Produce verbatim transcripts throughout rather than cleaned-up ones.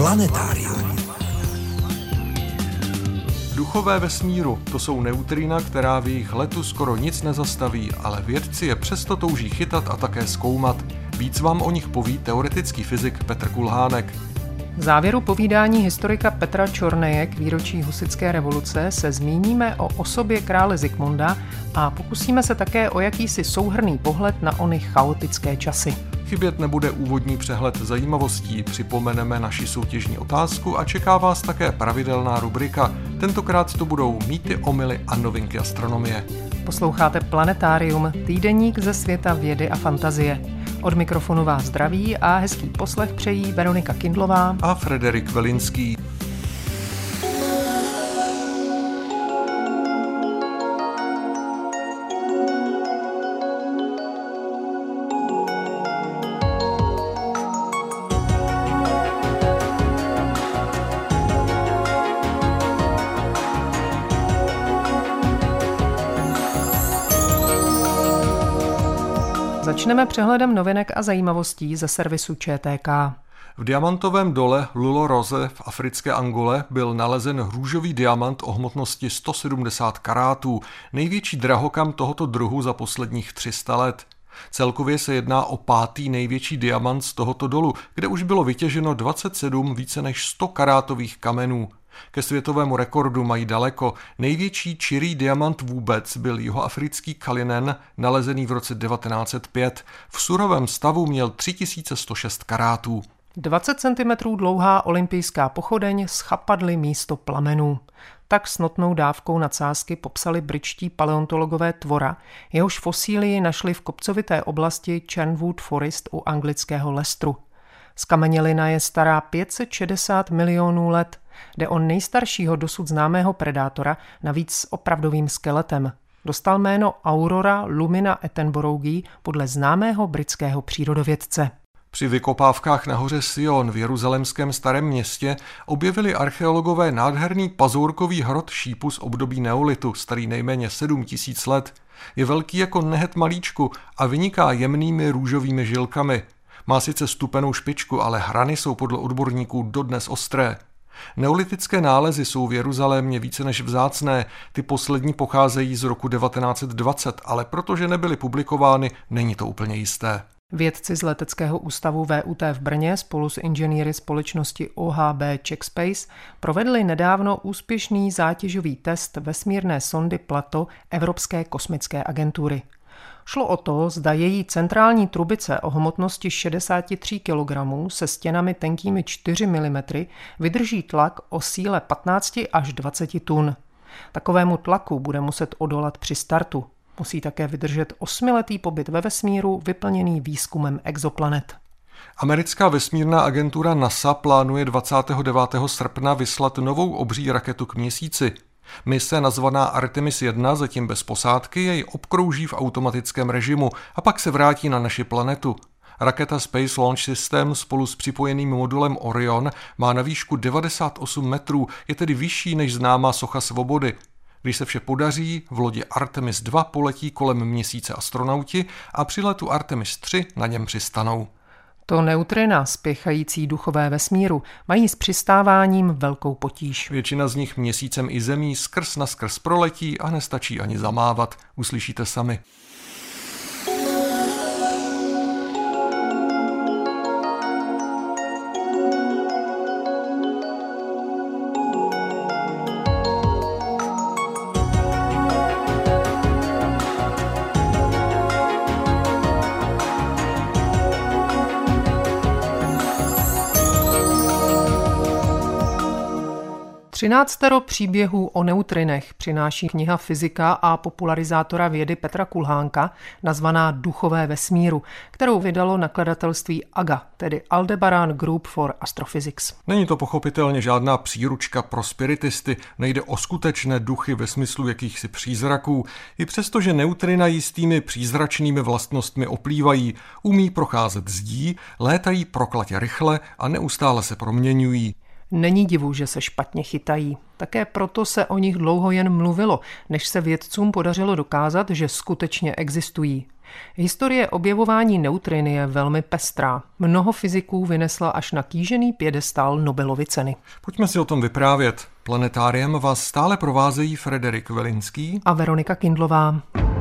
Planetárium. Duchové vesmíru, to jsou neutrina, která v jejich letu skoro nic nezastaví, ale vědci je přesto touží chytat a také zkoumat. Víc vám o nich poví teoretický fyzik Petr Kulhánek. V závěru povídání historika Petra Čorneje k výročí husitské revoluce se zmíníme o osobě krále Zikmunda a pokusíme se také o jakýsi souhrnný pohled na ony chaotické časy. Chybět nebude úvodní přehled zajímavostí, připomeneme naši soutěžní otázku a čeká vás také pravidelná rubrika. Tentokrát to budou mýty, omyly a novinky astronomie. Posloucháte Planetárium, týdeník ze světa vědy a fantazie. Od mikrofonu vás zdraví a hezký poslech přejí Veronika Kindlová a Frederik Velinský. Začneme přehledem novinek a zajímavostí ze servisu Č T K. V diamantovém dole Lulo Rose v africké Angole byl nalezen růžový diamant o hmotnosti sto sedmdesát karátů, největší drahokam tohoto druhu za posledních tři sta let. Celkově se jedná o pátý největší diamant z tohoto dolu, kde už bylo vytěženo dvacet sedm více než sto karátových kamenů. Ke světovému rekordu mají daleko. Největší čirý diamant vůbec byl jihoafrický Cullinan, nalezený v roce devatenáct set pět. V surovém stavu měl tři tisíce sto šest karátů. dvacet centimetrů dlouhá olympijská pochodeň s chapadly místo plamenů. Tak s notnou dávkou nadsázky popsali britští paleontologové tvora, jehož fosílii našli v kopcovité oblasti Chernwood Forest u anglického Leicesteru. Skamenělina je stará pět set šedesát milionů let. Jde o nejstaršího dosud známého predátora, navíc s opravdovým skeletem. Dostal jméno Aurora lumina Attenboroughi podle známého britského přírodovědce. Při vykopávkách na hoře Sion v jeruzalémském starém městě objevili archeologové nádherný pazourkový hrot šípu z období neolitu, starý nejméně sedm tisíc let. Je velký jako nehet malíčku a vyniká jemnými růžovými žilkami. Má sice stupenou špičku, ale hrany jsou podle odborníků dodnes ostré. Neolitické nálezy jsou v Jeruzalémě více než vzácné, ty poslední pocházejí z roku devatenáct set dvacet, ale protože nebyly publikovány, není to úplně jisté. Vědci z Leteckého ústavu V U T v Brně spolu s inženýry společnosti O H B Checkspace provedli nedávno úspěšný zátěžový test vesmírné sondy Plato Evropské kosmické agentury. Šlo o to, zda její centrální trubice o hmotnosti šedesát tři kilogramů se stěnami tenkými čtyři milimetry vydrží tlak o síle patnáct až dvacet tun. Takovému tlaku bude muset odolat při startu. Musí také vydržet osmiletý pobyt ve vesmíru vyplněný výzkumem exoplanet. Americká vesmírná agentura NASA plánuje dvacátého devátého srpna vyslat novou obří raketu k Měsíci. Mise nazvaná Artemis jedna, zatím bez posádky, jej obkrouží v automatickém režimu a pak se vrátí na naši planetu. Raketa Space Launch System spolu s připojeným modulem Orion má na výšku devadesát osm metrů, je tedy vyšší než známá socha Svobody. Když se vše podaří, v lodi Artemis dva poletí kolem Měsíce astronauti a při letu Artemis tři na něm přistanou. To neutrina, spěchající duchové vesmíru, mají s přistáváním velkou potíž. Většina z nich Měsícem i Zemí skrz na skrz proletí a nestačí ani zamávat. Uslyšíte sami. Třináctero příběhů o neutrinech přináší kniha fyzika a popularizátora vědy Petra Kulhánka, nazvaná Duchové vesmíru, kterou vydalo nakladatelství A G A, tedy Aldebaran Group for Astrophysics. Není to pochopitelně žádná příručka pro spiritisty, nejde o skutečné duchy ve smyslu jakýchsi přízraků, i přesto, že neutrina jistými přízračnými vlastnostmi oplývají, umí procházet zdí, létají proklatě rychle a neustále se proměňují. Není divu, že se špatně chytají. Také proto se o nich dlouho jen mluvilo, než se vědcům podařilo dokázat, že skutečně existují. Historie objevování neutrin je velmi pestrá. Mnoho fyziků vynesla až na kýžený piedestál Nobelovy ceny. Pojďme si o tom vyprávět. Planetáriem vás stále provázejí Frederik Velinský a Veronika Kindlová.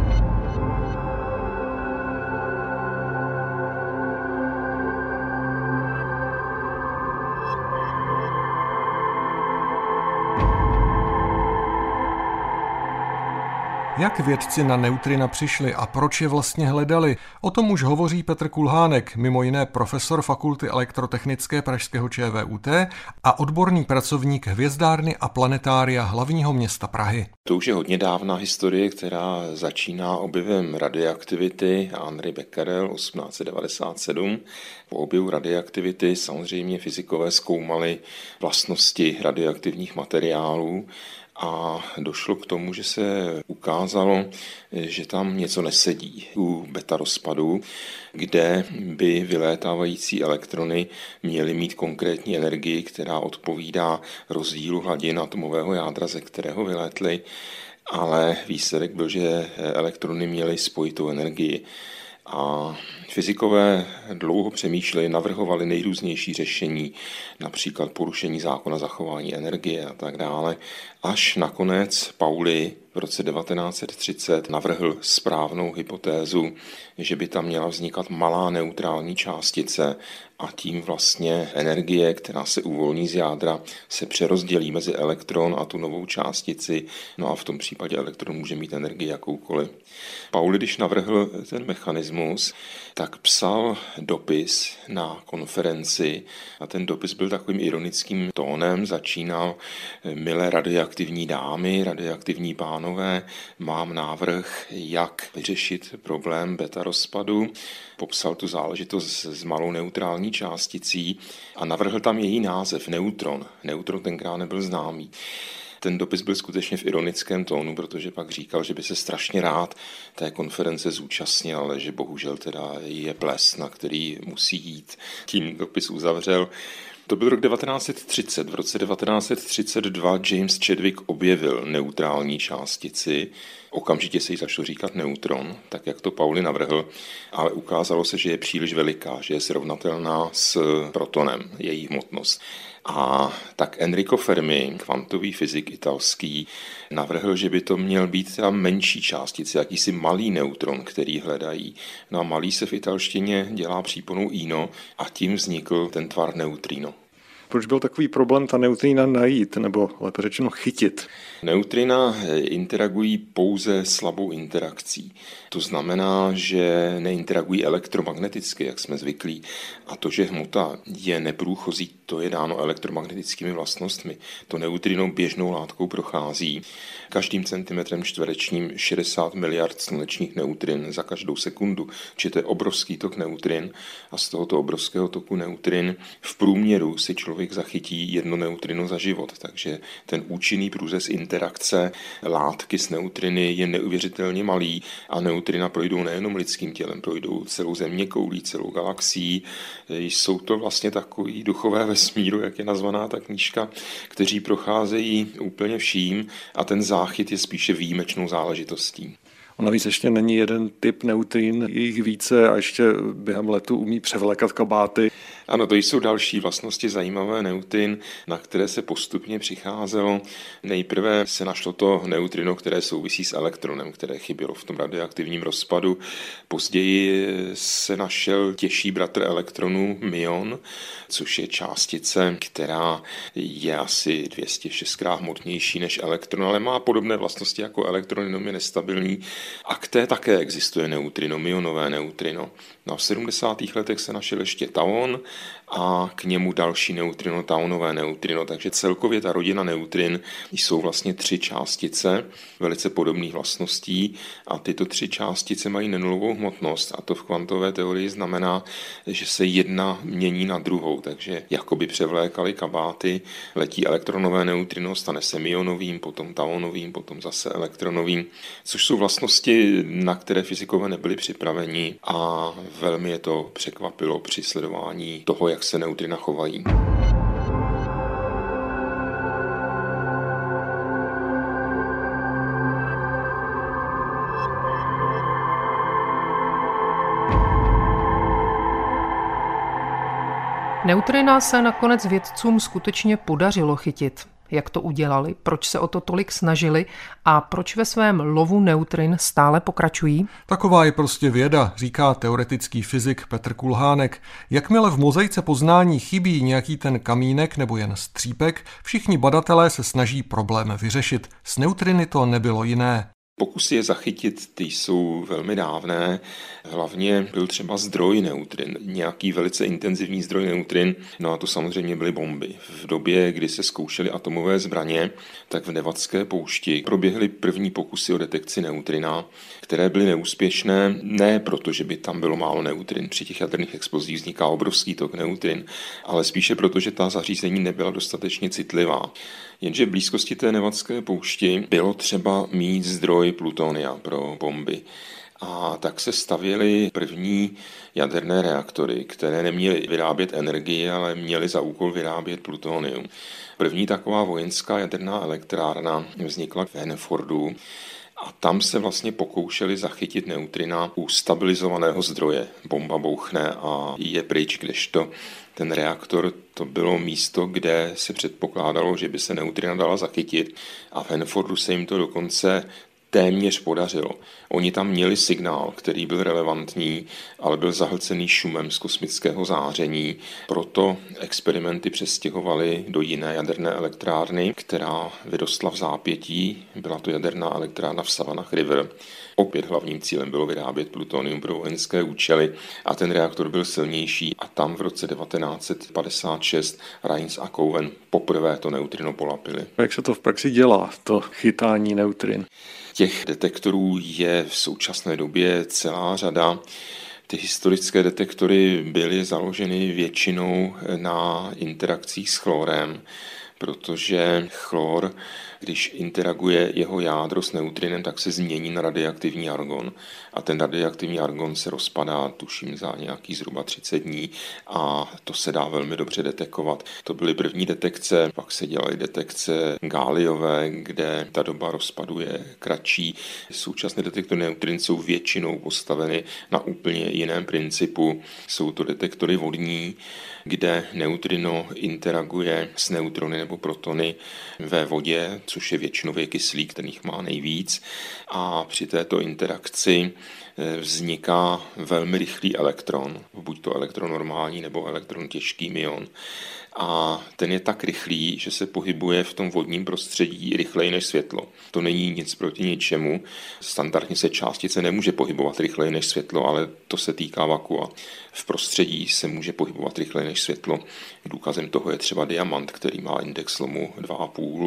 Jak vědci na neutrina přišli a proč je vlastně hledali? O tom už hovoří Petr Kulhánek, mimo jiné profesor Fakulty elektrotechnické pražského ČVUT a odborný pracovník Hvězdárny a planetária hlavního města Prahy. To už je hodně dávná historie, která začíná objevem radioaktivity Henri Becquerel osmnáct set devadesát sedm. Po objevu radioaktivity samozřejmě fyzikové zkoumali vlastnosti radioaktivních materiálů a došlo k tomu, že se ukázalo, že tam něco nesedí u beta rozpadu, kde by vylétávající elektrony měly mít konkrétní energii, která odpovídá rozdílu hladin atomového jádra, ze kterého vylétly, ale výsledek byl, že elektrony měly spojitou energii. A fyzikové dlouho přemýšleli, navrhovali nejrůznější řešení, například porušení zákona zachování energie a tak dále, až nakonec Pauli v roce devatenáct set třicet navrhl správnou hypotézu, že by tam měla vznikat malá neutrální částice a tím vlastně energie, která se uvolní z jádra, se přerozdělí mezi elektron a tu novou částici, no a v tom případě elektron může mít energii jakoukoliv. Pauli, když navrhl ten mechanismus, tak psal dopis na konferenci a ten dopis byl takovým ironickým tónem, začínal: milé radioaktivní dámy, radioaktivní pánové, mám návrh, jak vyřešit problém beta rozpadu. Popsal tu záležitost s malou neutrální částicí a navrhl tam její název neutron. Neutron tenkrát nebyl známý. Ten dopis byl skutečně v ironickém tónu, protože pak říkal, že by se strašně rád té konference zúčastnil, ale že bohužel teda je ples, na který musí jít. Tím dopis uzavřel. To byl rok devatenáct set třicet. V roce devatenáct set třicet dva James Chadwick objevil neutrální částici. Okamžitě se jí začalo říkat neutron, tak jak to Pauli navrhl, ale ukázalo se, že je příliš veliká, že je srovnatelná s protonem, její hmotnost. A tak Enrico Fermi, kvantový fyzik italský, navrhl, že by to měl být ta menší částice, jakýsi malý neutron, který hledají. No a malý se v italštině dělá příponou ino a tím vznikl ten tvar neutrino. Proč byl takový problém ta neutrina najít, nebo lépe řečeno chytit? Neutrina interagují pouze slabou interakcí. To znamená, že neinteragují elektromagneticky, jak jsme zvyklí. A to, že hmota je neprůchozí, to je dáno elektromagnetickými vlastnostmi. To neutrino běžnou látkou prochází. Každým centimetrem čtverečním šedesát miliard slunečních neutrin za každou sekundu. Či to je obrovský tok neutrin a z tohoto obrovského toku neutrin v průměru si člověk zachytí jedno neutrino za život. Takže ten účinný průřez interakce látky s neutriny je neuvěřitelně malý a neutrina projdou nejenom lidským tělem, projdou celou zeměkoulí, celou galaxií. Jsou to vlastně takový duchové vesmíru, jak je nazvaná ta knížka, kteří procházejí úplně vším a ten záchyt je spíše výjimečnou záležitostí. A navíc ještě není jeden typ neutrin, je jich více a ještě během letu umí převlékat kabáty. Ano, to jsou další vlastnosti zajímavé neutrin, na které se postupně přicházelo. Nejprve se našlo to neutrino, které souvisí s elektronem, které chybělo v tom radioaktivním rozpadu. Později se našel těžší bratr elektronů, myon, což je částice, která je asi dvě stě šestkrát hmotnější než elektron, ale má podobné vlastnosti jako elektron, jenom je nestabilní. A k té také existuje neutrino, myonové neutrino. No, v sedmdesátých letech se našel ještě tauon a k němu další neutrino, taunové neutrino, takže celkově ta rodina neutrin jsou vlastně tři částice velice podobných vlastností a tyto tři částice mají nenulovou hmotnost a to v kvantové teorii znamená, že se jedna mění na druhou, takže jakoby převlékaly kabáty, letí elektronové neutrino, stane se myonovým, potom taunovým, potom zase elektronovým, což jsou vlastnosti, na které fyzikové nebyli připraveni a velmi je to překvapilo při sledování toho, jak se neutrina chovají. Neutrina se nakonec vědcům skutečně podařilo chytit. Jak to udělali, proč se o to tolik snažili a proč ve svém lovu neutrin stále pokračují? Taková je prostě věda, říká teoretický fyzik Petr Kulhánek. Jakmile v mozaice poznání chybí nějaký ten kamínek nebo jen střípek, všichni badatelé se snaží problém vyřešit. S neutriny to nebylo jiné. Pokusy je zachytit, ty jsou velmi dávné. Hlavně byl třeba zdroj neutrin, nějaký velice intenzivní zdroj neutrin, no a to samozřejmě byly bomby. V době, kdy se zkoušely atomové zbraně, tak v Nevadské poušti proběhly první pokusy o detekci neutrina, které byly neúspěšné, ne proto, že by tam bylo málo neutrin. Při těch jaderných explozích vzniká obrovský tok neutrin, ale spíše proto, že ta zařízení nebyla dostatečně citlivá. Jenže v blízkosti té Nevadské poušti bylo třeba mít zdroj plutonia pro bomby. A tak se stavěly první jaderné reaktory, které neměly vyrábět energii, ale měly za úkol vyrábět plutonium. První taková vojenská jaderná elektrárna vznikla v Hanfordu a tam se vlastně pokoušeli zachytit neutrina u stabilizovaného zdroje. Bomba bouchne a je pryč, kdežto ten reaktor, to bylo místo, kde se předpokládalo, že by se neutrina dala zachytit a v Hanfordu se jim to dokonce téměř podařilo. Oni tam měli signál, který byl relevantní, ale byl zahlcený šumem z kosmického záření. Proto experimenty přestěhovali do jiné jaderné elektrárny, která vyrostla v zápětí. Byla to jaderná elektrárna v Savannah River. Opět hlavním cílem bylo vyrábět plutonium pro vojenské účely a ten reaktor byl silnější a tam v roce devatenáct set padesát šest Rines a Cowan poprvé to neutrino polapili. Jak se to v praxi dělá, to chytání neutrin? Těch detektorů je v současné době celá řada. Ty historické detektory byly založeny většinou na interakcích s chlorem, protože chlor, když interaguje jeho jádro s neutrinem, tak se změní na radioaktivní argon. A ten radioaktivní argon se rozpadá, tuším, za nějaký zhruba třicet dní a to se dá velmi dobře detekovat. To byly první detekce, pak se dělaly detekce gáliové, kde ta doba rozpadu je kratší. Současné detektory neutrin jsou většinou postaveny na úplně jiném principu. Jsou to detektory vodní, kde neutrino interaguje s neutrony nebo protony ve vodě, což je většinově kyslík, kterých má nejvíc. A při této interakci vzniká velmi rychlý elektron, buď to elektron normální nebo elektron těžký myon. A ten je tak rychlý, že se pohybuje v tom vodním prostředí rychleji než světlo. To není nic proti ničemu. Standardně se částice nemůže pohybovat rychleji než světlo, ale to se týká vakua. V prostředí se může pohybovat rychleji než světlo. Důkazem toho je třeba diamant, který má index lomu dva a půl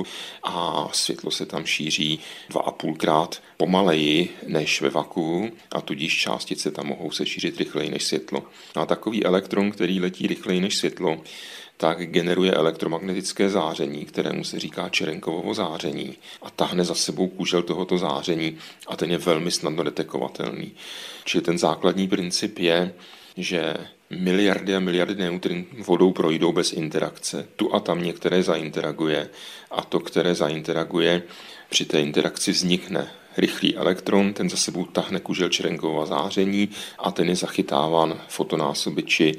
a světlo se tam šíří dva a půl krát pomaleji než ve vakuu a tudíž částice tam mohou se šířit rychleji než světlo. A takový elektron, který letí rychleji než světlo, tak generuje elektromagnetické záření, kterému se říká Čerenkovovo záření a tahne za sebou kužel tohoto záření a ten je velmi snadno detekovatelný. Čili ten základní princip je, že miliardy a miliardy neutrin vodou projdou bez interakce. Tu a tam některé zainteraguje a to, které zainteraguje, při té interakci vznikne rychlý elektron, ten za sebou tahne kužel Čerenkova záření a ten je zachytáván fotonásobiči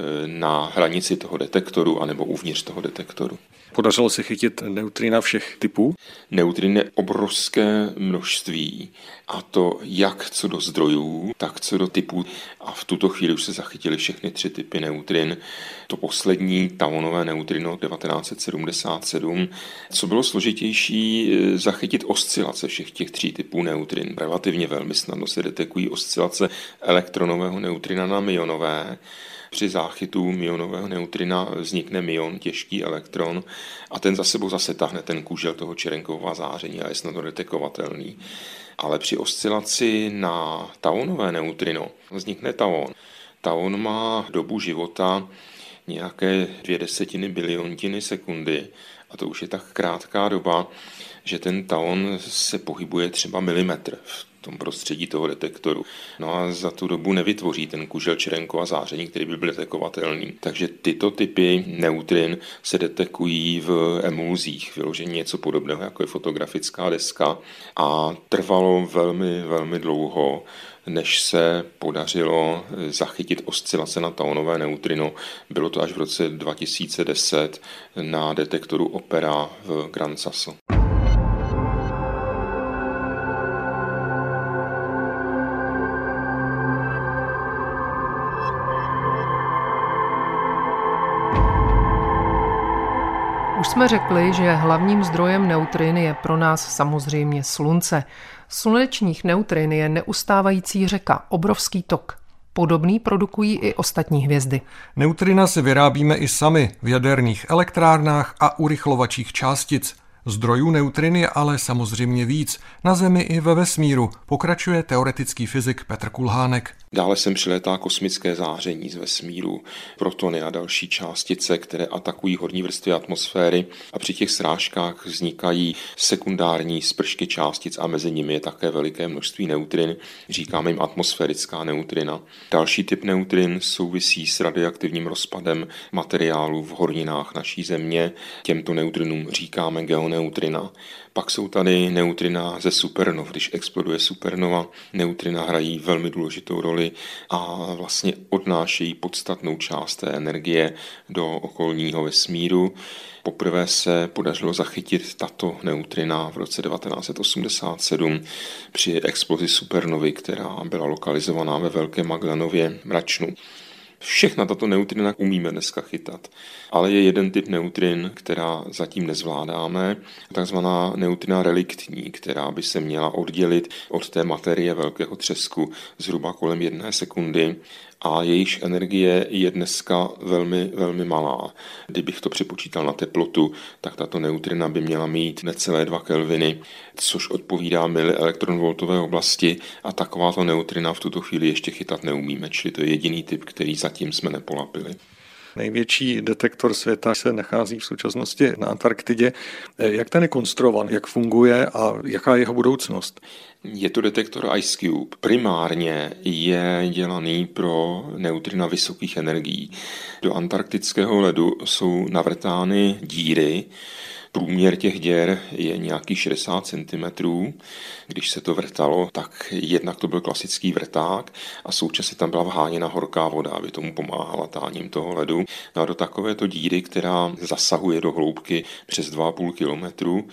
na hranici toho detektoru anebo uvnitř toho detektoru. Podařilo se chytit neutrina všech typů? Neutrin je obrovské množství a to jak co do zdrojů, tak co do typů. A v tuto chvíli už se zachytily všechny tři typy neutrin. To poslední tauonové neutrino devatenáct set sedmdesát sedm. Co bylo složitější, zachytit oscilace všech těch tří typů neutrin. Relativně velmi snadno se detekují oscilace elektronového neutrina na myonové. Při záchytu myonového neutrina vznikne myon, těžký elektron a ten za sebou zase tahne ten kužel toho Čerenkova záření a je snadno detekovatelný. Ale při oscilaci na tauonové neutrino vznikne tauon. Tauon má dobu života nějaké dvě desetiny biliontiny sekundy a to už je tak krátká doba, že ten tauon se pohybuje třeba milimetr v tom prostředí toho detektoru. No a za tu dobu nevytvoří ten kužel Čerenkova záření, který by byl detekovatelný. Takže tyto typy neutrin se detekují v emulzích, vyloženě něco podobného, jako je fotografická deska a trvalo velmi, velmi dlouho, než se podařilo zachytit oscilace na tauonové neutrino. Bylo to až v roce dva tisíce deset na detektoru Opera v Gran Sasso. Už jsme řekli, že hlavním zdrojem neutrin je pro nás samozřejmě Slunce. Slunečních neutrin je neustávající řeka, obrovský tok. Podobný produkují i ostatní hvězdy. Neutrina si vyrábíme i sami v jaderných elektrárnách a urychlovačích částic. Zdrojů neutrin je ale samozřejmě víc, na Zemi i ve vesmíru, pokračuje teoretický fyzik Petr Kulhánek. Dále sem přilétá kosmické záření z vesmíru, protony a další částice, které atakují horní vrstvy atmosféry a při těch srážkách vznikají sekundární spršky částic a mezi nimi je také veliké množství neutrin, říkáme jim atmosférická neutrina. Další typ neutrin souvisí s radioaktivním rozpadem materiálu v horninách naší Země, těmto neutrinům říkáme geoneutrina. Pak jsou tady neutrina ze supernov. Když exploduje supernova, neutrina hrají velmi důležitou roli a vlastně odnášejí podstatnou část té energie do okolního vesmíru. Poprvé se podařilo zachytit tato neutrina v roce devatenáct set osmdesát sedm při explozi supernovy, která byla lokalizovaná ve Velkém Magellanově mračnu. Všechna tato neutrina umíme dneska chytat, ale je jeden typ neutrin, která zatím nezvládáme, takzvaná neutrina reliktní, která by se měla oddělit od té materie velkého třesku zhruba kolem jedné sekundy a jejíž energie je dneska velmi, velmi malá. Kdybych to přepočítal na teplotu, tak tato neutrina by měla mít necelé dva kelviny, což odpovídá milielektronvoltové oblasti a takováto neutrina v tuto chvíli ještě chytat neumíme, čili to je jediný typ, který zatím jsme nepolapili. Největší detektor světa se nachází v současnosti na Antarktidě. Jak ten je konstruovan, jak funguje a jaká je jeho budoucnost? Je to detektor IceCube. Primárně je dělaný pro neutrina vysokých energií. Do antarktického ledu jsou navrtány díry. Průměr těch děr je nějakých šedesát centimetrů. Když se to vrtalo, tak jednak to byl klasický vrták a současně tam byla vháněna horká voda, aby tomu pomáhala táním toho ledu. No a do takovéto díry, která zasahuje do hloubky přes dva a půl kilometru,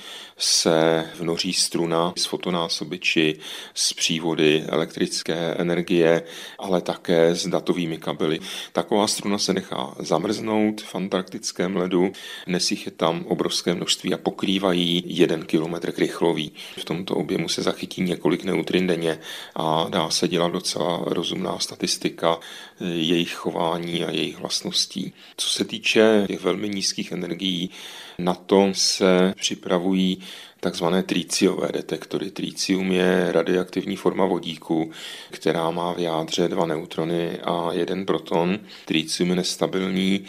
se vnoří struna s fotonásobiči, s přívody elektrické energie, ale také s datovými kabely. Taková struna se nechá zamrznout v antarktickém ledu, dnes jich je tam obrovské množství a pokrývají jeden kilometr krychlový. V tomto objemu se zachytí několik neutrin denně a dá se dělat docela rozumná statistika jejich chování a jejich vlastností. Co se týče těch velmi nízkých energií, na to se připravují takzvané tritiové detektory. Tritium je radioaktivní forma vodíku, která má v jádře dva neutrony a jeden proton. Tritium je nestabilní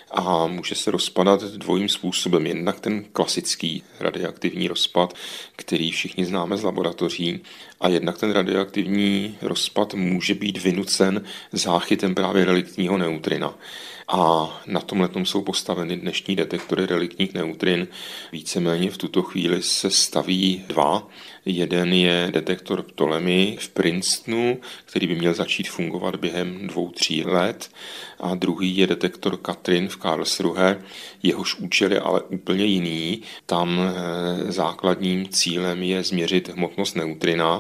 a může se rozpadat dvojím způsobem. Jednak ten klasický radioaktivní rozpad, který všichni známe z laboratoří, a jednak ten radioaktivní rozpad může být vynucen záchytem právě reliktního neutrina. A na tomhletom jsou postaveny dnešní detektory reliktních neutrin. Víceméně v tuto chvíli se staví dva. Jeden je detektor Ptolemy v Princetonu, který by měl začít fungovat během dvou, tří let. A druhý je detektor Katrin v Karlsruhe. Jehož účel je ale úplně jiný. Tam základním cílem je změřit hmotnost neutrina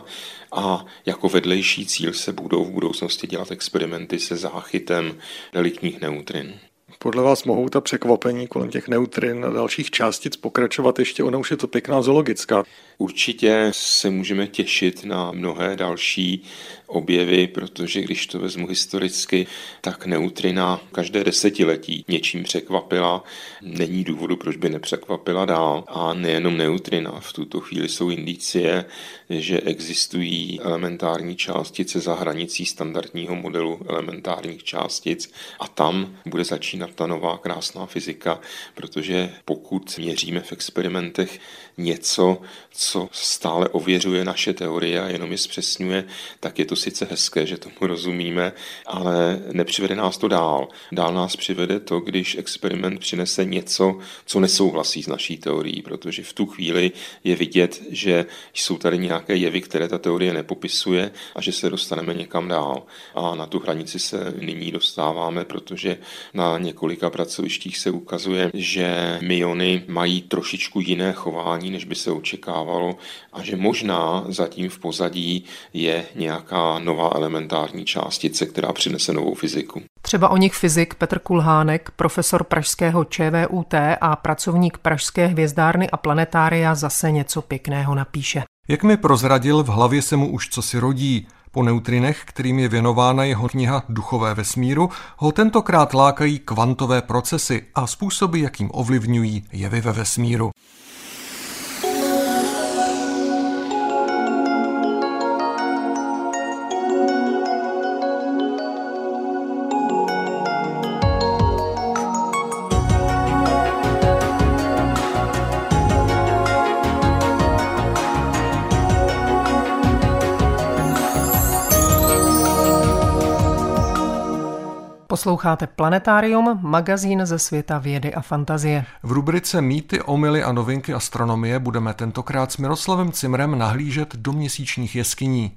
a jako vedlejší cíl se budou v budoucnosti dělat experimenty se záchytem reliktních neutrin. Podle vás mohou ta překvapení kolem těch neutrin a dalších částic pokračovat ještě? Ona už je to pěkná zoologická. Určitě se můžeme těšit na mnohé další objevy, protože když to vezmu historicky, tak neutrina každé desetiletí něčím překvapila. Není důvodu, proč by nepřekvapila dál. A nejenom neutrina. V tuto chvíli jsou indicie, že existují elementární částice za hranicí standardního modelu elementárních částic a tam bude začínat ta nová krásná fyzika, protože pokud měříme v experimentech něco, co stále ověřuje naše teorie a jenom je zpřesňuje, tak je to to sice hezké, že tomu rozumíme, ale nepřivede nás to dál. Dál nás přivede to, když experiment přinese něco, co nesouhlasí s naší teorií, protože v tu chvíli je vidět, že jsou tady nějaké jevy, které ta teorie nepopisuje a že se dostaneme někam dál. A na tu hranici se nyní dostáváme, protože na několika pracovištích se ukazuje, že myony mají trošičku jiné chování, než by se očekávalo a že možná zatím v pozadí je nějaká nová elementární částice, která přinese novou fyziku. Třeba o nich fyzik Petr Kulhánek, profesor pražského ČVUT a pracovník pražské hvězdárny a planetária zase něco pěkného napíše. Jak mi prozradil, v hlavě se mu už cosi rodí. Po neutrinech, kterým je věnována jeho kniha Duchové vesmíru, ho tentokrát lákají kvantové procesy a způsoby, jakým ovlivňují jevy ve vesmíru. Posloucháte Planetárium, magazín ze světa vědy a fantazie. V rubrice Mýty, omyly a novinky astronomie budeme tentokrát s Miroslavem Cimrem nahlížet do měsíčních jeskyní.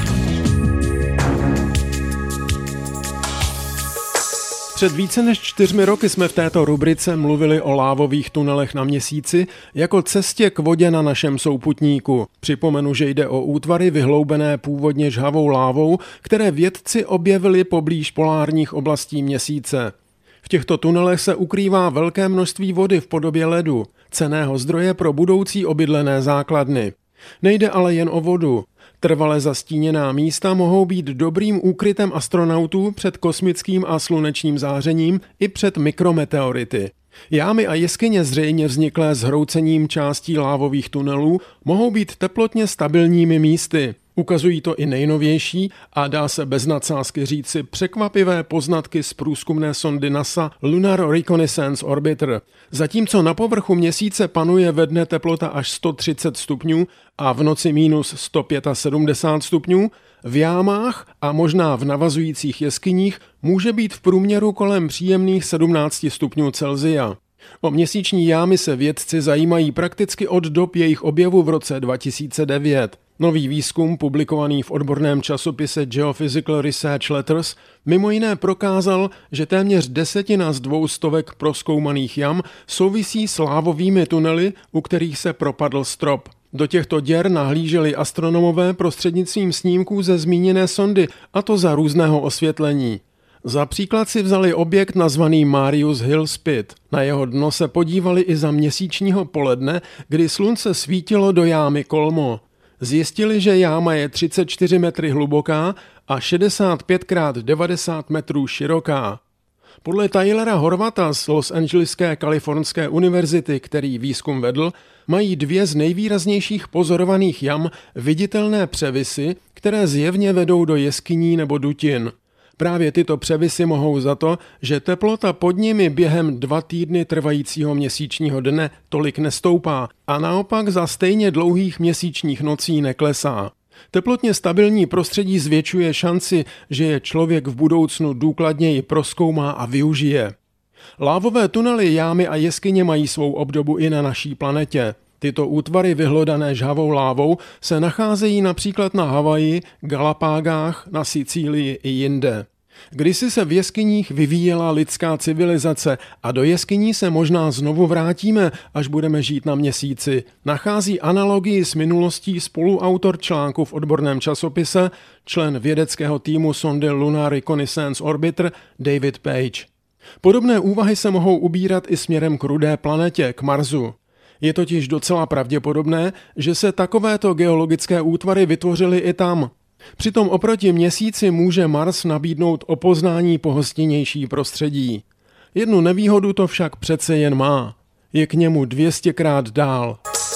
Před více než čtyřmi roky jsme v této rubrice mluvili o lávových tunelech na Měsíci jako cestě k vodě na našem souputníku. Připomenu, že jde o útvary vyhloubené původně žhavou lávou, které vědci objevili poblíž polárních oblastí Měsíce. V těchto tunelech se ukrývá velké množství vody v podobě ledu, cenného zdroje pro budoucí obydlené základny. Nejde ale jen o vodu. Trvale zastíněná místa mohou být dobrým úkrytem astronautů před kosmickým a slunečním zářením i před mikrometeority. Jámy a jeskyně zřejmě vzniklé zhroucením částí lávových tunelů mohou být teplotně stabilními místy. Ukazují to i nejnovější a dá se bez nadsázky říci překvapivé poznatky z průzkumné sondy NASA Lunar Reconnaissance Orbiter. Zatímco na povrchu Měsíce panuje ve dne teplota až sto třicet stupňů a v noci mínus sto sedmdesát pět stupňů, v jámách a možná v navazujících jeskyních může být v průměru kolem příjemných sedmnáct stupňů Celsia. O měsíční jámy se vědci zajímají prakticky od dob jejich objevu v roce dva tisíce devět. Nový výzkum, publikovaný v odborném časopise Geophysical Research Letters, mimo jiné prokázal, že téměř desetina z dvou stovek prozkoumaných jam souvisí s lávovými tunely, u kterých se propadl strop. Do těchto děr nahlíželi astronomové prostřednictvím snímků ze zmíněné sondy, a to za různého osvětlení. Za příklad si vzali objekt nazvaný Marius Hill Spit. Na jeho dno se podívali i za měsíčního poledne, kdy slunce svítilo do jámy Kolmo. Zjistili, že jáma je třicet čtyři metry hluboká a šedesát pět krát devadesát metrů široká. Podle Tylera Horvata z Los Angeleské kalifornské univerzity, který výzkum vedl, mají dvě z nejvýraznějších pozorovaných jam viditelné převisy, které zjevně vedou do jeskyní nebo dutin. Právě tyto převisy mohou za to, že teplota pod nimi během dva týdny trvajícího měsíčního dne tolik nestoupá a naopak za stejně dlouhých měsíčních nocí neklesá. Teplotně stabilní prostředí zvětšuje šanci, že je člověk v budoucnu důkladněji prozkoumá a využije. Lávové tunely, jámy a jeskyně mají svou obdobu i na naší planetě. Tyto útvary vyhlodané žhavou lávou se nacházejí například na Havaji, Galapágách, na Sicílii i jinde. Kdysi se v jeskyních vyvíjela lidská civilizace a do jeskyní se možná znovu vrátíme, až budeme žít na Měsíci. Nachází analogii s minulostí spoluautor článku v odborném časopise, člen vědeckého týmu sondy Lunar Reconnaissance Orbiter David Page. Podobné úvahy se mohou ubírat i směrem k rudé planetě, k Marsu. Je totiž docela pravděpodobné, že se takovéto geologické útvary vytvořily i tam. Přitom oproti Měsíci může Mars nabídnout o poznání pohostinnější prostředí. Jednu nevýhodu to však přece jen má. Je k němu dvěstěkrát dál.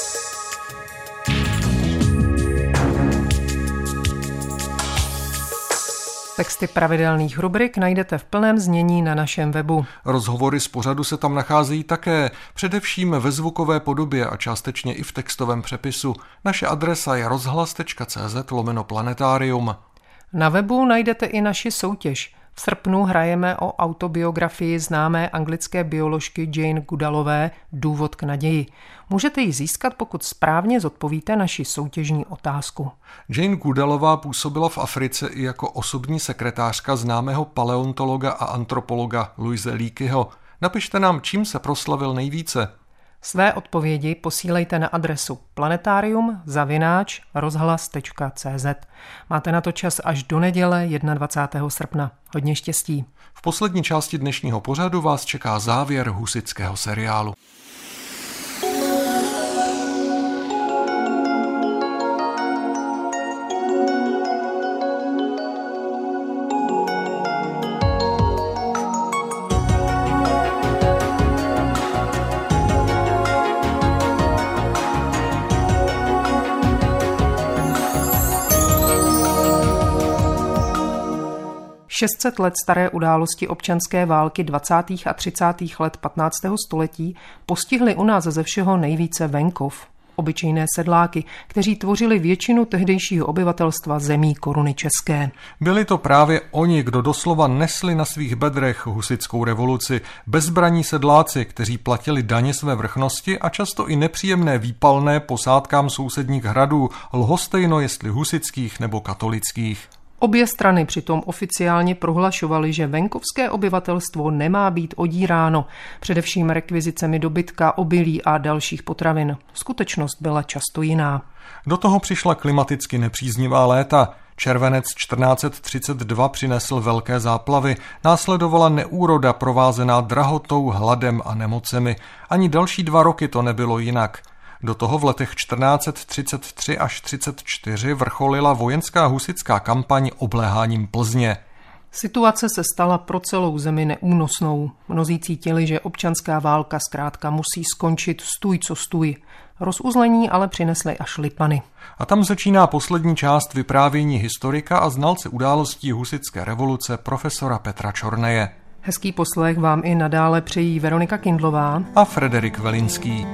Texty pravidelných rubrik najdete v plném znění na našem webu. Rozhovory z pořadu se tam nacházejí také, především ve zvukové podobě a částečně i v textovém přepisu. Naše adresa je rozhlas tečka cz lomeno planetarium. Na webu najdete i naši soutěž. V srpnu hrajeme o autobiografii známé anglické bioložky Jane Goodallové Důvod k naději. Můžete ji získat, pokud správně zodpovíte naši soutěžní otázku. Jane Goodallová působila v Africe i jako osobní sekretářka známého paleontologa a antropologa Louise Leakeyho. Napište nám, čím se proslavil nejvíce. Své odpovědi posílejte na adresu planetarium zavináč rozhlas tečka cé zet. Máte na to čas až do neděle dvacátého prvního srpna. Hodně štěstí. V poslední části dnešního pořadu vás čeká závěr husitského seriálu. šest set let staré události občanské války dvacátých a třicátých let patnáctého století postihly u nás ze všeho nejvíce venkov. Obyčejné sedláky, kteří tvořili většinu tehdejšího obyvatelstva zemí Koruny české. Byli to právě oni, kdo doslova nesli na svých bedrech husitskou revoluci, bezbraní sedláci, kteří platili daně své vrchnosti a často i nepříjemné výpalné posádkám sousedních hradů, lhostejno jestli husitských nebo katolických. Obě strany přitom oficiálně prohlašovaly, že venkovské obyvatelstvo nemá být odíráno, především rekvizicemi dobytka, obilí a dalších potravin. Skutečnost byla často jiná. Do toho přišla klimaticky nepříznivá léta. Červenec čtrnáct set třicet dva přinesl velké záplavy, následovala neúroda provázená drahotou, hladem a nemocemi. Ani další dva roky to nebylo jinak. Do toho v letech čtrnáct set třicet tři až třicet čtyři vrcholila vojenská husitská kampaň obléháním Plzně. Situace se stala pro celou zemi neúnosnou. Mnozí cítili, že občanská válka zkrátka musí skončit stůj co stůj. Rozuzlení ale přinesly až Lipany. A tam začíná poslední část vyprávění historika a znalce událostí husitské revoluce profesora Petra Čorneje. Hezký poslech vám i nadále přejí Veronika Kindlová a Frederik Velinský.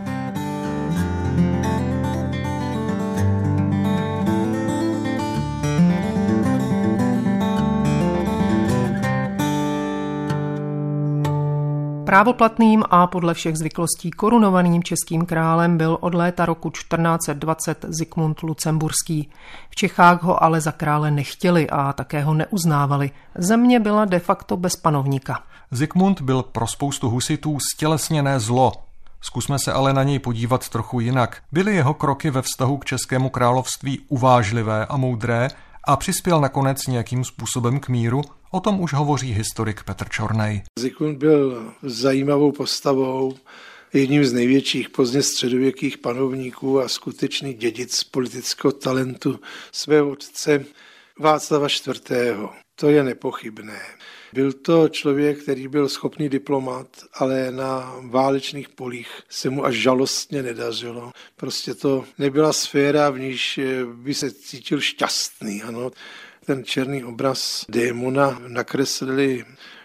Právoplatným a podle všech zvyklostí korunovaným českým králem byl od léta roku čtrnáct set dvacet Zikmund Lucemburský. V Čechách ho ale za krále nechtěli a také ho neuznávali. Země byla de facto bez panovníka. Zikmund byl pro spoustu husitů stělesněné zlo. Zkusme se ale na něj podívat trochu jinak. Byly jeho kroky ve vztahu k českému království uvážlivé a moudré a přispěl nakonec nějakým způsobem k míru? O tom už hovoří historik Petr Čornej. Zikmund byl zajímavou postavou, jedním z největších pozdně středověkých panovníků a skutečný dědic politického talentu svého otce Václava čtvrtého. To je nepochybné. Byl to člověk, který byl schopný diplomat, ale na válečných polích se mu až žalostně nedařilo. Prostě to nebyla sféra, v níž by se cítil šťastný. Ano. Ten černý obraz démona nakreslili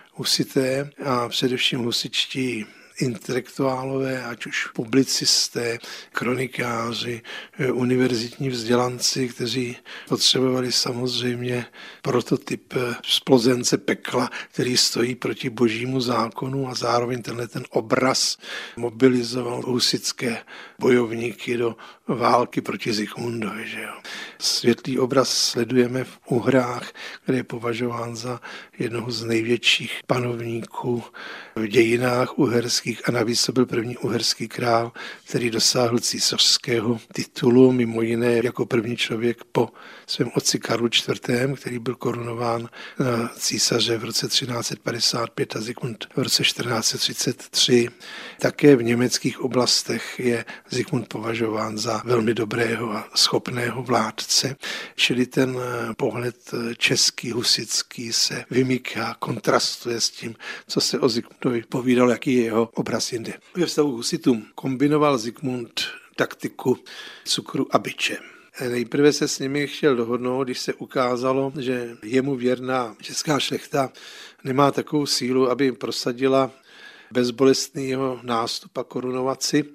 husité a především husičtí intelektuálové, ať už publicisté, kronikáři, univerzitní vzdělanci, kteří potřebovali samozřejmě prototyp splozence pekla, který stojí proti božímu zákonu a zároveň tenhle ten obraz mobilizoval husitské bojovníky do války proti Zikmundovi. Že jo. Světlý obraz sledujeme v Uhrách, kde je považován za jednoho z největších panovníků v dějinách uherských a navíc to byl první uherský král, který dosáhl císařského titulu, mimo jiné jako první člověk po svém otci Karlu čtvrtém, který byl korunován na císaře v roce třináct set padesát pět a Zikmund v roce čtrnáct set třicet tři. Také v německých oblastech je Zikmund považován za velmi dobrého a schopného vládce, čili ten pohled český, husický se vymyká, kontrastuje s tím, co se o Zikmundovi povídalo, jaký je jeho obraz jinde. Ve vztahu k husitům kombinoval Zikmund taktiku cukru a biče. Nejprve se s nimi chtěl dohodnout, když se ukázalo, že jemu věrná česká šlechta nemá takovou sílu, aby prosadila bezbolestný jeho nástup a korunovaci,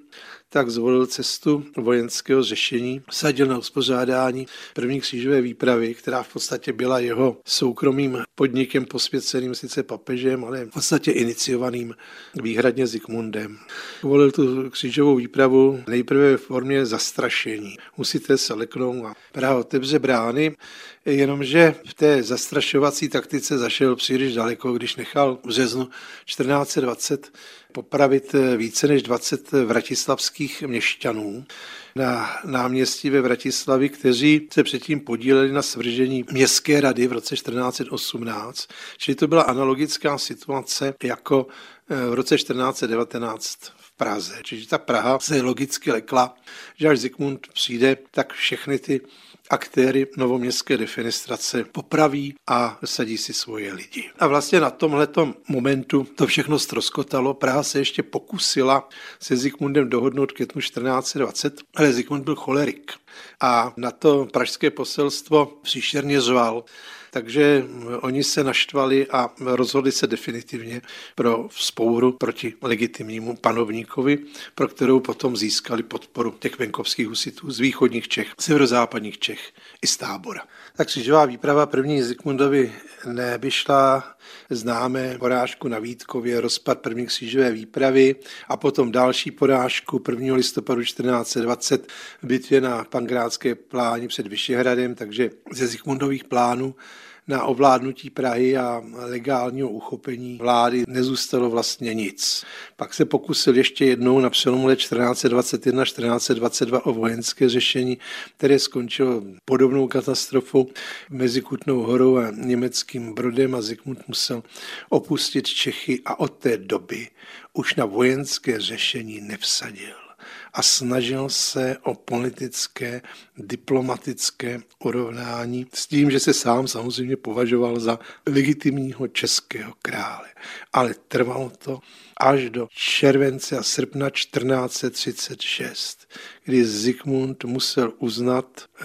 tak zvolil cestu vojenského řešení, vsadil na uspořádání první křížové výpravy, která v podstatě byla jeho soukromým podnikem posvěceným sice papežem, ale v podstatě iniciovaným výhradně Zikmundem. Volil tu křížovou výpravu nejprve v formě zastrašení. Musíte se leknout a Praha otevře brány, jenomže v té zastrašovací taktice zašel příliš daleko, když nechal v březnu čtrnáct set dvacet popravit více než dvacet vratislavských měšťanů na náměstí ve Vratislavi, kteří se předtím podíleli na svržení městské rady v roce čtrnáct set osmnáct. Čili to byla analogická situace jako v roce čtrnáct set devatenáct v Praze. Čili ta Praha se logicky lekla, že až Zikmund přijde, tak všechny ty aktéry novoměstské defenestrace popraví a sadí si svoje lidi. A vlastně na tomhletom momentu to všechno ztroskotalo. Praha se ještě pokusila se Zikmundem dohodnout květnu čtrnáct set dvacet, ale Zikmund byl cholerik a na to pražské poselstvo příšerně řval. Takže oni se naštvali a rozhodli se definitivně pro vzpouru proti legitimnímu panovníkovi, pro kterou potom získali podporu těch venkovských husitů z východních Čech, severozápadních Čech i z Tábora. Tak křížová výprava první Zikmundovi nevyšla, známe porážku na Vítkově, rozpad první křížové výpravy a potom další porážku prvního listopadu čtrnáct set dvacet v bitvě na Pankrátské pláni před Vyšehradem, takže ze Zikmundových plánů na ovládnutí Prahy a legálního uchopení vlády nezůstalo vlastně nic. Pak se pokusil ještě jednou na přelomu let čtrnáct set dvacet jedna čtrnáct set dvacet dva o vojenské řešení, které skončilo podobnou katastrofou mezi Kutnou Horou a německým Brodem a Zikmund musel opustit Čechy a od té doby už na vojenské řešení nevsadil a snažil se o politické, diplomatické urovnání s tím, že se sám samozřejmě považoval za legitimního českého krále. Ale trvalo to až do července a srpna čtrnáct set třicet šest, kdy Zikmund musel uznat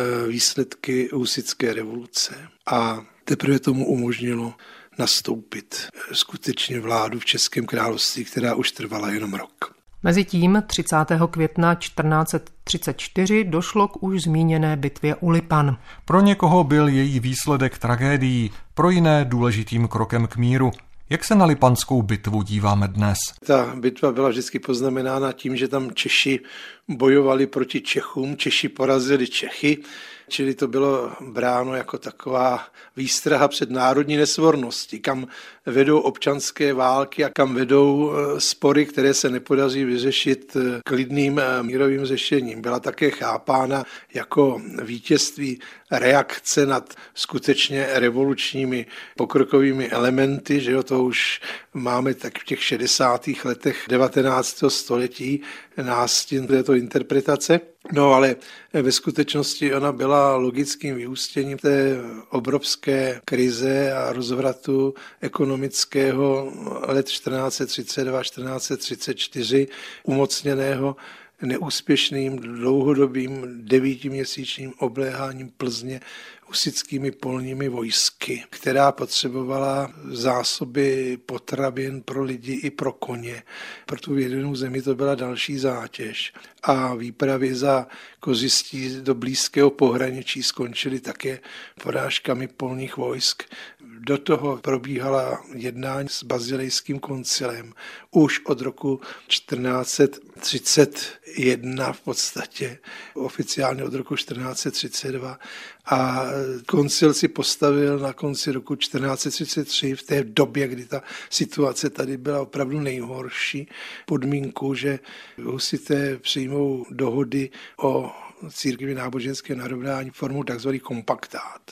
výsledky husitské revoluce a teprve tomu umožnilo nastoupit skutečně vládu v Českém království, která už trvala jenom rok. Mezitím třicátého května čtrnáct set třicet čtyři došlo k už zmíněné bitvě u Lipan. Pro někoho byl její výsledek tragédií, pro jiné důležitým krokem k míru. Jak se na Lipanskou bitvu díváme dnes? Ta bitva byla vždycky poznamenána tím, že tam Češi bojovali proti Čechům, Češi porazili Čechy, čili to bylo bráno jako taková výstraha před národní nesvorností, kam vedou občanské války a kam vedou spory, které se nepodaří vyřešit klidným mírovým řešením. Byla také chápána jako vítězství reakce nad skutečně revolučními pokrokovými elementy, že jo, to už máme tak v těch šedesátých letech devatenáctého století nástin této interpretace. No ale ve skutečnosti ona byla logickým vyústěním té obrovské krize a rozvratu ekonomického let čtrnáct set třicet dva čtrnáct set třicet čtyři, umocněného neúspěšným dlouhodobým devítiměsíčním obléháním Plzně husitskými polními vojsky, která potřebovala zásoby potravin pro lidi i pro koně. Pro tu vědenou zemi to byla další zátěž. A výpravy za kořistí do blízkého pohraničí skončily také porážkami polních vojsk. Do toho probíhala jednání s Bazilejským koncilem už od roku čtrnáct set třicet jedna v podstatě, oficiálně od roku čtrnáct set třicet dva. A koncil si postavil na konci roku čtrnáct set třicet tři, v té době, kdy ta situace tady byla opravdu nejhorší, podmínku, že husité přijmou dohody o církvi náboženské narovnání formou tzv. Kompaktát.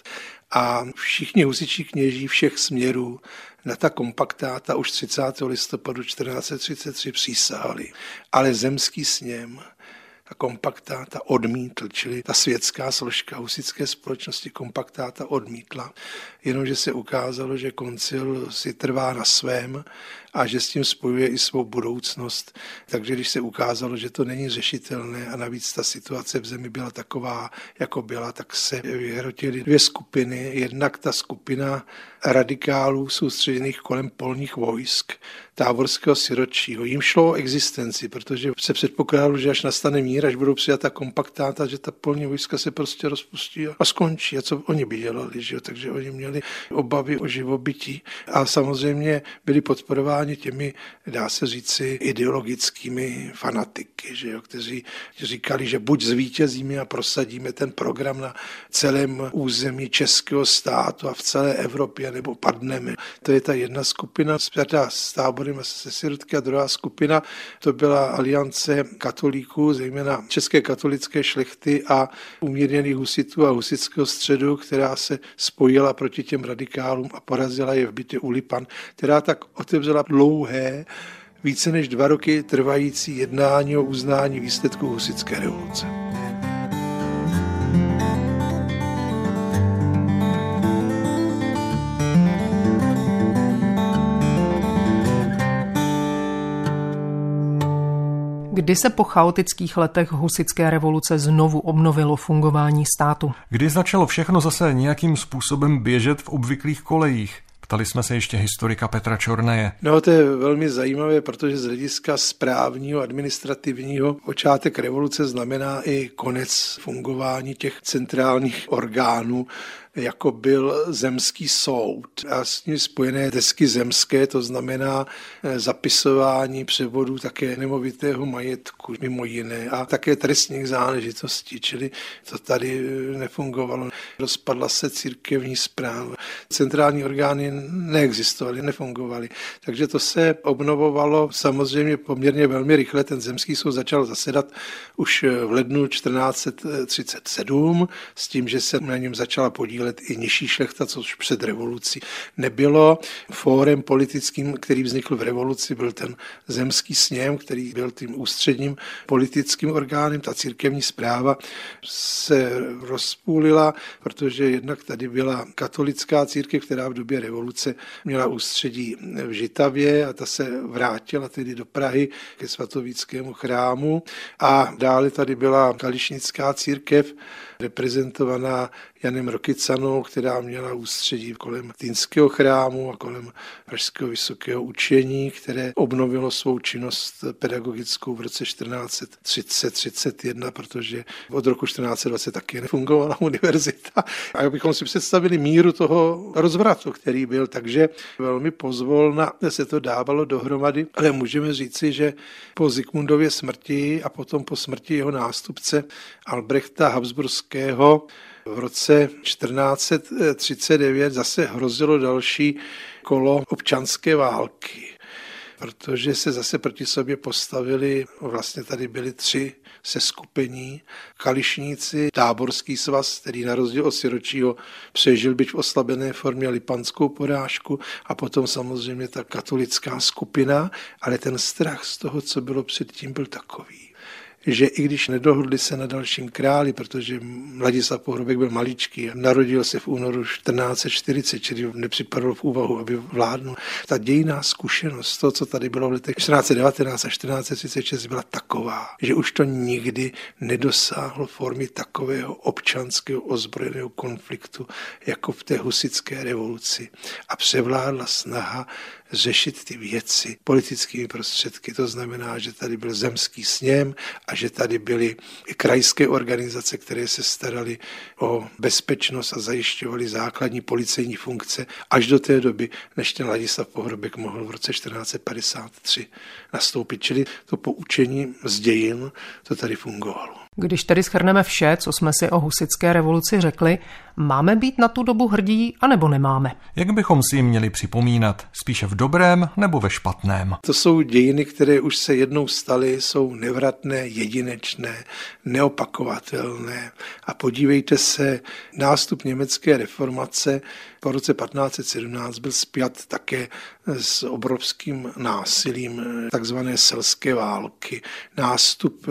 A všichni husičí kněží všech směrů na ta kompaktáta už třicátého listopadu čtrnáct set třicet tři přísahali. Ale zemský sněm ta kompaktáta odmítl, čili ta světská složka husitské společnosti kompaktáta odmítla, jenomže se ukázalo, že koncil si trvá na svém a že s tím spojuje i svou budoucnost. Takže když se ukázalo, že to není řešitelné a navíc ta situace v zemi byla taková, jako byla, tak se vyhrotily dvě skupiny. Jednak ta skupina radikálů soustředěných kolem polních vojsk, táborského siročího. Jim šlo o existenci, protože se předpokládalo, že až nastane mír, až budou přijata kompaktáta, že ta polní vojska se prostě rozpustí a skončí. A co oni by dělali, že jo? Takže oni měli obavy o živobytí a samozřejmě byli podporováni těmi, dá se říci, ideologickými fanatiky, že jo? Kteří říkali, že buď zvítězíme a prosadíme ten program na celém území českého státu a v celé Evropě, nebo padneme. To je ta jedna skupina spjatá s táborem a se sirotky a druhá skupina, to byla aliance katolíků, zejména české katolické šlechty a umírněných husitů a husitského středu, která se spojila proti těm radikálům a porazila je v bitvě u Lipan, která tak otevřela dlouhé, více než dva roky trvající jednání o uznání výsledků husitské revoluce. Kdy se po chaotických letech husitské revoluce znovu obnovilo fungování státu? Kdy začalo všechno zase nějakým způsobem běžet v obvyklých kolejích? Ptali jsme se ještě historika Petra Čorneje. No to je velmi zajímavé, protože z hlediska správního, administrativního počátek revoluce znamená i konec fungování těch centrálních orgánů, jako byl zemský soud a s ním spojené desky zemské, to znamená zapisování převodů také nemovitého majetku, mimo jiné, a také trestních záležitostí, čili to tady nefungovalo. Rozpadla se církevní správa. Centrální orgány neexistovaly, nefungovaly. Takže to se obnovovalo samozřejmě poměrně velmi rychle. Ten zemský soud začal zasedat už v lednu čtrnáct třicet sedm s tím, že se na něm začala podílet i nižší šlechta, což před revolucí nebylo. Fórem politickým, který vznikl v revoluci, byl ten zemský sněm, který byl tím ústředním politickým orgánem. Ta církevní správa se rozpůlila, protože jednak tady byla katolická církev, která v době revoluce měla ústředí v Žitavě a ta se vrátila tedy do Prahy ke svatovíckému chrámu. A dále tady byla kališnická církev, reprezentovaná Janem Rokycanou, která měla ústředí kolem Týnského chrámu a kolem Pražského vysokého učení, které obnovilo svou činnost pedagogickou v roce čtrnáct třicet třicet jedna, protože od roku čtrnáct dvacet taky nefungovala univerzita. A abychom si představili míru toho rozvratu, který byl, takže velmi pozvolna se to dávalo dohromady, ale můžeme říci, že po Zikmundově smrti a potom po smrti jeho nástupce Albrechta Habsburského v roce čtrnáct třicet devět zase hrozilo další kolo občanské války, protože se zase proti sobě postavili, vlastně tady byly tři seskupení, kališníci, táborský svaz, který na rozdíl od siročího přežil byť v oslabené formě lipanskou porážku, a potom samozřejmě ta katolická skupina, ale ten strach z toho, co bylo předtím, byl takový, že i když nedohodli se na dalším králi, protože Ladislav Pohrobek byl maličký a narodil se v únoru čtrnáct čtyřicet, čili nepřipadlo v úvahu, aby vládnul. Ta dějinná zkušenost, to, co tady bylo v letech čtrnáct devatenáct a čtrnáct třicet šest, byla taková, že už to nikdy nedosáhlo formy takového občanského ozbrojeného konfliktu, jako v té husitské revoluci. A převládla snaha řešit ty věci politickými prostředky. To znamená, že tady byl zemský sněm a že tady byly i krajské organizace, které se staraly o bezpečnost a zajišťovaly základní policejní funkce až do té doby, než ten Ladislav Pohrobek mohl v roce čtrnáct padesát tři nastoupit. Čili to poučení z dějin, to tady fungovalo. Když tedy shrneme vše, co jsme si o husitské revoluci řekli, máme být na tu dobu hrdí, anebo nemáme? Jak bychom si ji měli připomínat? Spíše v dobrém nebo ve špatném? To jsou dějiny, které už se jednou staly, jsou nevratné, jedinečné, neopakovatelné. A podívejte se, nástup německé reformace po roce patnáct sedmnáct byl spjat také s obrovským násilím takzvané selské války. Nástup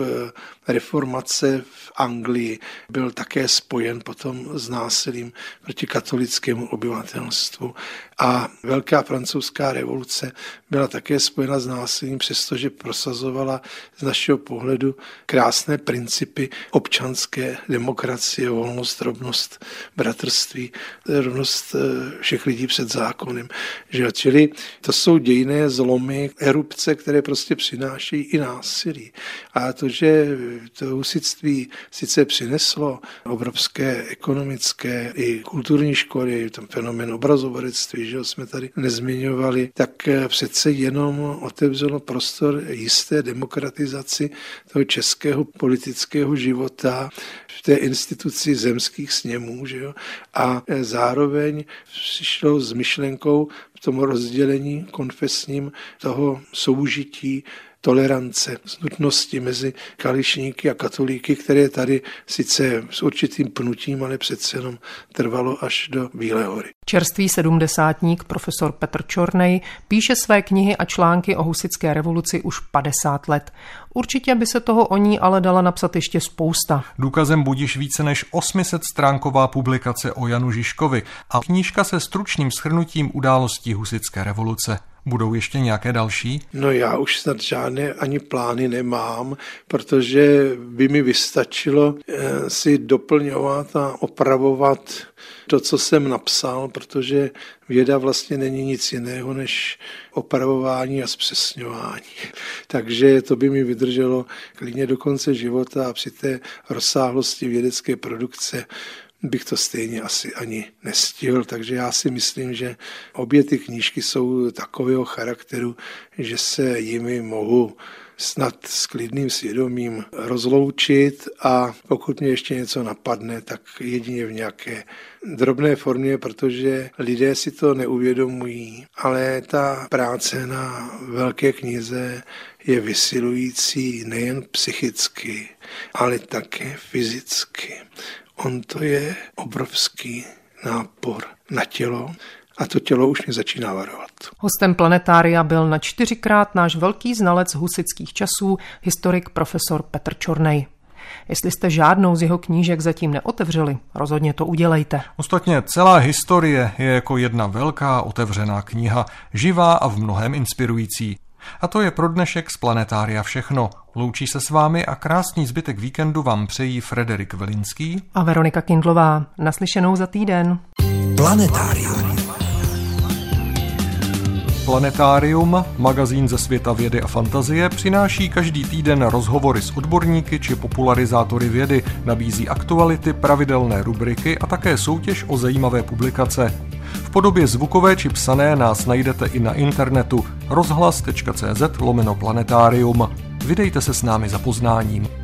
reformace v Anglii byl také spojen potom s násilím proti katolickému obyvatelstvu. A Velká francouzská revoluce byla také spojena s násilím, přestože prosazovala z našeho pohledu krásné principy občanské demokracie, volnost, rovnost, bratrství, rovnost všech lidí před zákonem. Že? Čili to jsou dějinné zlomy, erupce, které prostě přinášejí i násilí. A to, že to husitství sice přineslo obrovské ekonomické i kulturní školy, tam fenomén obrazovarectví, že jsme tady nezmiňovali, tak přece jenom otevřelo prostor jisté demokratizaci toho českého politického života v té instituci zemských sněmů, že jo? A zároveň přišlo s myšlenkou v tom rozdělení konfesním toho soužití, tolerance, z nutnosti mezi kališníky a katolíky, které tady sice s určitým pnutím, ale přece jenom trvalo až do Bílé hory. Čerstvý sedmdesátník profesor Petr Čornej píše své knihy a články o husitské revoluci už padesát let. Určitě by se toho o ní ale dala napsat ještě spousta. Důkazem budiž více než osm set stránková publikace o Janu Žižkovi a knížka se stručným shrnutím událostí husitské revoluce. Budou ještě nějaké další? No já už snad žádné ani plány nemám, protože by mi vystačilo si doplňovat a opravovat to, co jsem napsal, protože věda vlastně není nic jiného než opravování a zpřesňování. Takže to by mi vydrželo klidně do konce života a při té rozsáhlosti vědecké produkce bych to stejně asi ani nestihl, takže já si myslím, že obě ty knížky jsou takového charakteru, že se jimi mohu snad s klidným svědomím rozloučit a pokud mě ještě něco napadne, tak jedině v nějaké drobné formě, protože lidé si to neuvědomují, ale ta práce na velké knize je vysilující nejen psychicky, ale také fyzicky. On to je obrovský nápor na tělo a to tělo už mě začíná varovat. Hostem Planetária byl na čtyřikrát náš velký znalec husitských časů, historik profesor Petr Čornej. Jestli jste žádnou z jeho knížek zatím neotevřeli, rozhodně to udělejte. Ostatně celá historie je jako jedna velká otevřená kniha, živá a v mnohém inspirující. A to je pro dnešek z Planetária všechno. Loučí se s vámi a krásný zbytek víkendu vám přejí Frederik Velinský a Veronika Kindlová. Naslyšenou za týden. Planetárium. Planetárium, magazín ze světa vědy a fantazie, přináší každý týden rozhovory s odborníky či popularizátory vědy, nabízí aktuality, pravidelné rubriky a také soutěž o zajímavé publikace. V podobě zvukové či psané nás najdete i na internetu rozhlas tečka cé zet lomeno planetárium. Vydejte se s námi za poznáním.